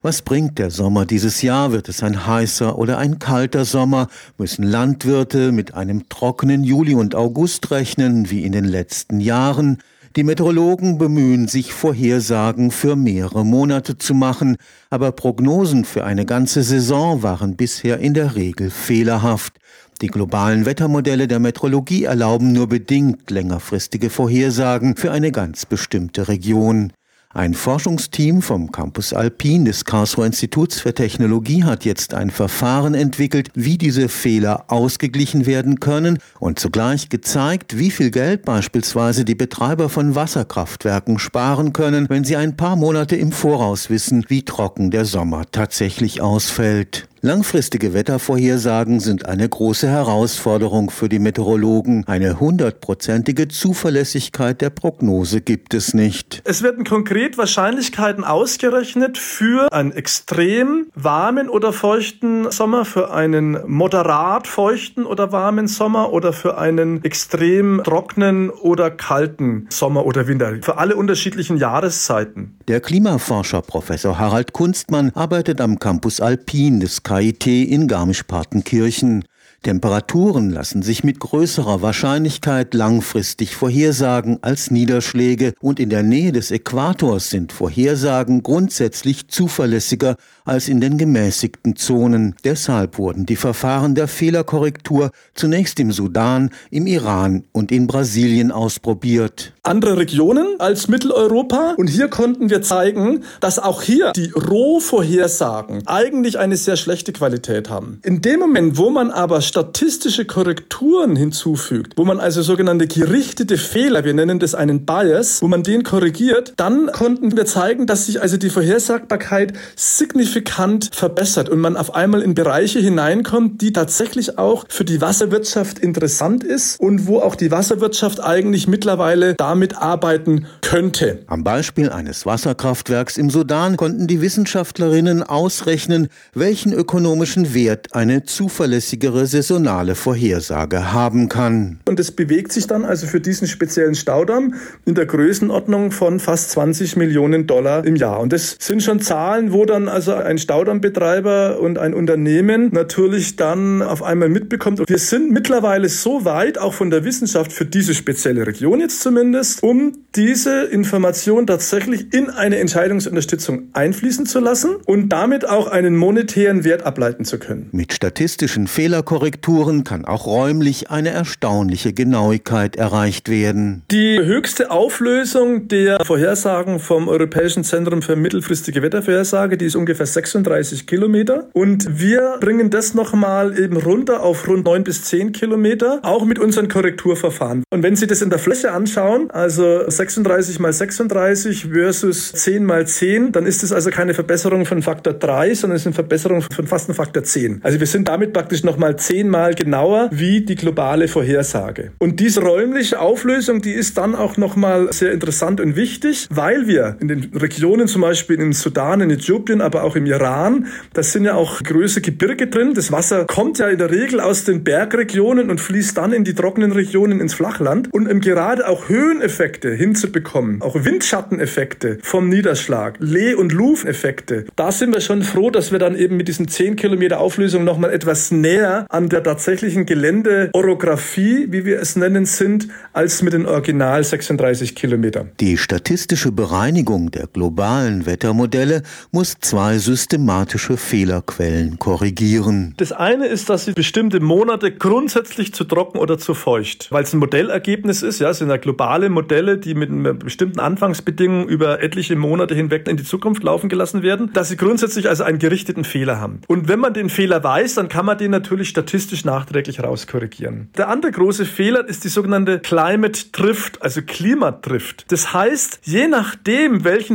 Was bringt der Sommer dieses Jahr? Wird es ein heißer oder ein kalter Sommer? Müssen Landwirte mit einem trockenen Juli und August rechnen, wie in den letzten Jahren? Die Meteorologen bemühen sich, Vorhersagen für mehrere Monate zu machen, aber Prognosen für eine ganze Saison waren bisher in der Regel fehlerhaft. Die globalen Wettermodelle der Meteorologie erlauben nur bedingt längerfristige Vorhersagen für eine ganz bestimmte Region. Ein Forschungsteam vom Campus Alpin des Karlsruher Instituts für Technologie hat jetzt ein Verfahren entwickelt, wie diese Fehler ausgeglichen werden können und zugleich gezeigt, wie viel Geld beispielsweise die Betreiber von Wasserkraftwerken sparen können, wenn sie ein paar Monate im Voraus wissen, wie trocken der Sommer tatsächlich ausfällt. Langfristige Wettervorhersagen sind eine große Herausforderung für die Meteorologen. Eine 100%ige Zuverlässigkeit der Prognose gibt es nicht. Es werden konkret Wahrscheinlichkeiten ausgerechnet für einen extrem warmen oder feuchten Sommer, für einen moderat feuchten oder warmen Sommer oder für einen extrem trockenen oder kalten Sommer oder Winter. Für alle unterschiedlichen Jahreszeiten. Der Klimaforscher Professor Harald Kunstmann arbeitet am Campus Alpin des KIT in Garmisch-Partenkirchen. Temperaturen lassen sich mit größerer Wahrscheinlichkeit langfristig vorhersagen als Niederschläge und in der Nähe des Äquators sind Vorhersagen grundsätzlich zuverlässiger als in den gemäßigten Zonen. Deshalb wurden die Verfahren der Fehlerkorrektur zunächst im Sudan, im Iran und in Brasilien ausprobiert. Andere Regionen als Mitteleuropa, und hier konnten wir zeigen, dass auch hier die Rohvorhersagen eigentlich eine sehr schlechte Qualität haben. In dem Moment, wo man aber statistische Korrekturen hinzufügt, wo man also sogenannte gerichtete Fehler, wir nennen das einen Bias, wo man den korrigiert, dann konnten wir zeigen, dass sich also die Vorhersagbarkeit signifikant verbessert und man auf einmal in Bereiche hineinkommt, die tatsächlich auch für die Wasserwirtschaft interessant ist und wo auch die Wasserwirtschaft eigentlich mittlerweile damit arbeiten könnte. Am Beispiel eines Wasserkraftwerks im Sudan konnten die Wissenschaftlerinnen ausrechnen, welchen ökonomischen Wert eine zuverlässigere saisonale Vorhersage haben kann. Und es bewegt sich dann also für diesen speziellen Staudamm in der Größenordnung von fast 20 Millionen Dollar im Jahr. Und das sind schon Zahlen, wo dann also ein Staudammbetreiber und ein Unternehmen natürlich dann auf einmal mitbekommt. Und wir sind mittlerweile so weit, auch von der Wissenschaft für diese spezielle Region jetzt zumindest, um diese Information tatsächlich in eine Entscheidungsunterstützung einfließen zu lassen und damit auch einen monetären Wert ableiten zu können. Mit statistischen Fehlerkorrekturen kann auch räumlich eine erstaunliche Genauigkeit erreicht werden. Die höchste Auflösung der Vorhersagen vom Europäischen Zentrum für mittelfristige Wettervorhersage, die ist ungefähr 36 Kilometer. Und wir bringen das nochmal eben runter auf rund 9 bis 10 Kilometer, auch mit unseren Korrekturverfahren. Und wenn Sie das in der Fläche anschauen, also 36 mal 36 versus 10 mal 10, dann ist es also keine Verbesserung von Faktor 3, sondern es ist eine Verbesserung von fast einem Faktor 10. Also wir sind damit praktisch nochmal 10-mal genauer wie die globale Vorhersage. Und diese räumliche Auflösung, die ist dann auch nochmal sehr interessant und wichtig, weil wir in den Regionen, zum Beispiel im Sudan, in Äthiopien, aber auch im Iran, da sind ja auch große Gebirge drin. Das Wasser kommt ja in der Regel aus den Bergregionen und fließt dann in die trockenen Regionen ins Flachland. Und gerade auch Höheneffekte hinzubekommen, auch Windschatteneffekte vom Niederschlag, Leh- und Luf-Effekte, da sind wir schon froh, dass wir dann eben mit diesen 10 Kilometer Auflösung nochmal etwas näher an der tatsächlichen Geländeorographie, wie wir es nennen, sind, als mit den Original 36 Kilometern. Die statistische Bereinigung der globalen Wettermodelle muss zwei systematische Fehlerquellen korrigieren. Das eine ist, dass sie bestimmte Monate grundsätzlich zu trocken oder zu feucht, weil es ein Modellergebnis ist, ja, es sind ja globale Modelle, die mit einer bestimmten Anfangsbedingung über etliche Monate hinweg in die Zukunft laufen gelassen werden, dass sie grundsätzlich also einen gerichteten Fehler haben. Und wenn man den Fehler weiß, dann kann man den natürlich statistisch nachträglich rauskorrigieren. Der andere große Fehler ist die sogenannte Climate Drift, also Klimadrift. Das heißt, je nachdem, welchen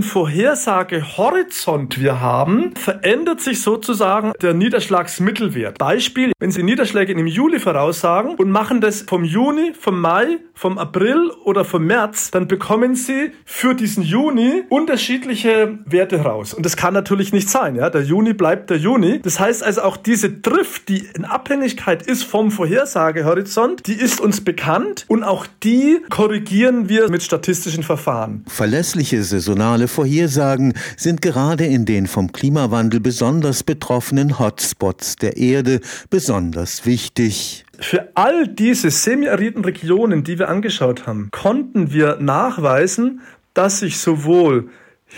Vorhersagehorizont wir haben, verändert sich sozusagen der Niederschlagsmittelwert. Beispiel, wenn Sie Niederschläge im Juli voraussagen und machen das vom Juni, vom Mai, vom April oder vom März, dann bekommen Sie für diesen Juni unterschiedliche Werte raus. Und das kann natürlich nicht sein. Ja? Der Juni bleibt der Juni. Das heißt also auch diese Drift, die in Abhängigkeit Unabhängigkeit ist vom Vorhersagehorizont, die ist uns bekannt und auch die korrigieren wir mit statistischen Verfahren. Verlässliche saisonale Vorhersagen sind gerade in den vom Klimawandel besonders betroffenen Hotspots der Erde besonders wichtig. Für all diese semi-ariden Regionen, die wir angeschaut haben, konnten wir nachweisen, dass sich sowohl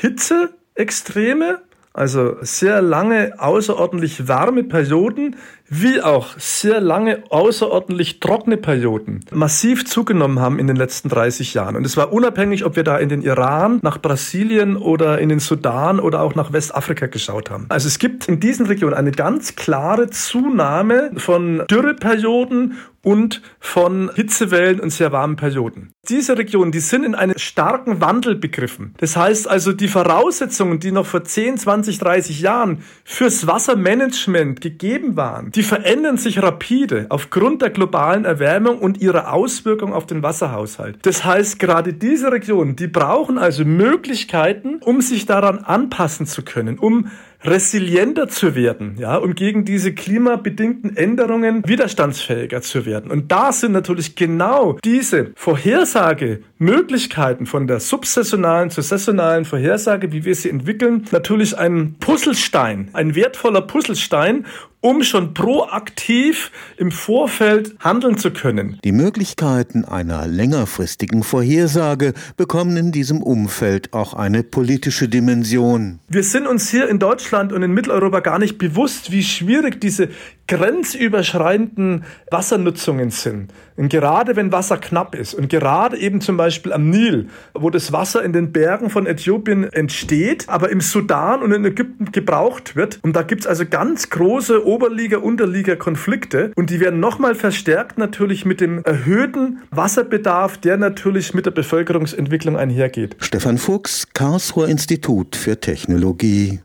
Hitzeextreme, also sehr lange außerordentlich warme Perioden, wie auch sehr lange außerordentlich trockene Perioden massiv zugenommen haben in den letzten 30 Jahren. Und es war unabhängig, ob wir da in den Iran, nach Brasilien oder in den Sudan oder auch nach Westafrika geschaut haben. Also es gibt in diesen Regionen eine ganz klare Zunahme von Dürreperioden und von Hitzewellen und sehr warmen Perioden. Diese Regionen, die sind in einem starken Wandel begriffen. Das heißt also, die Voraussetzungen, die noch vor 10, 20, 30 Jahren fürs Wassermanagement gegeben waren, die verändern sich rapide aufgrund der globalen Erwärmung und ihrer Auswirkung auf den Wasserhaushalt. Das heißt, gerade diese Regionen, die brauchen also Möglichkeiten, um sich daran anpassen zu können, um resilienter zu werden, ja, um gegen diese klimabedingten Änderungen widerstandsfähiger zu werden. Und da sind natürlich genau diese Vorhersagemöglichkeiten von der subsaisonalen zur saisonalen Vorhersage, wie wir sie entwickeln, natürlich ein Puzzlestein, ein wertvoller Puzzlestein, um schon proaktiv im Vorfeld handeln zu können. Die Möglichkeiten einer längerfristigen Vorhersage bekommen in diesem Umfeld auch eine politische Dimension. Wir sind uns hier in Deutschland und in Mitteleuropa gar nicht bewusst, wie schwierig diese grenzüberschreitenden Wassernutzungen sind. Und gerade wenn Wasser knapp ist und gerade eben zum Beispiel am Nil, wo das Wasser in den Bergen von Äthiopien entsteht, aber im Sudan und in Ägypten gebraucht wird. Und da gibt's also ganz große Oberliga-Unterliga-Konflikte und die werden nochmal verstärkt natürlich mit dem erhöhten Wasserbedarf, der natürlich mit der Bevölkerungsentwicklung einhergeht. Stefan Fuchs, Karlsruher Institut für Technologie.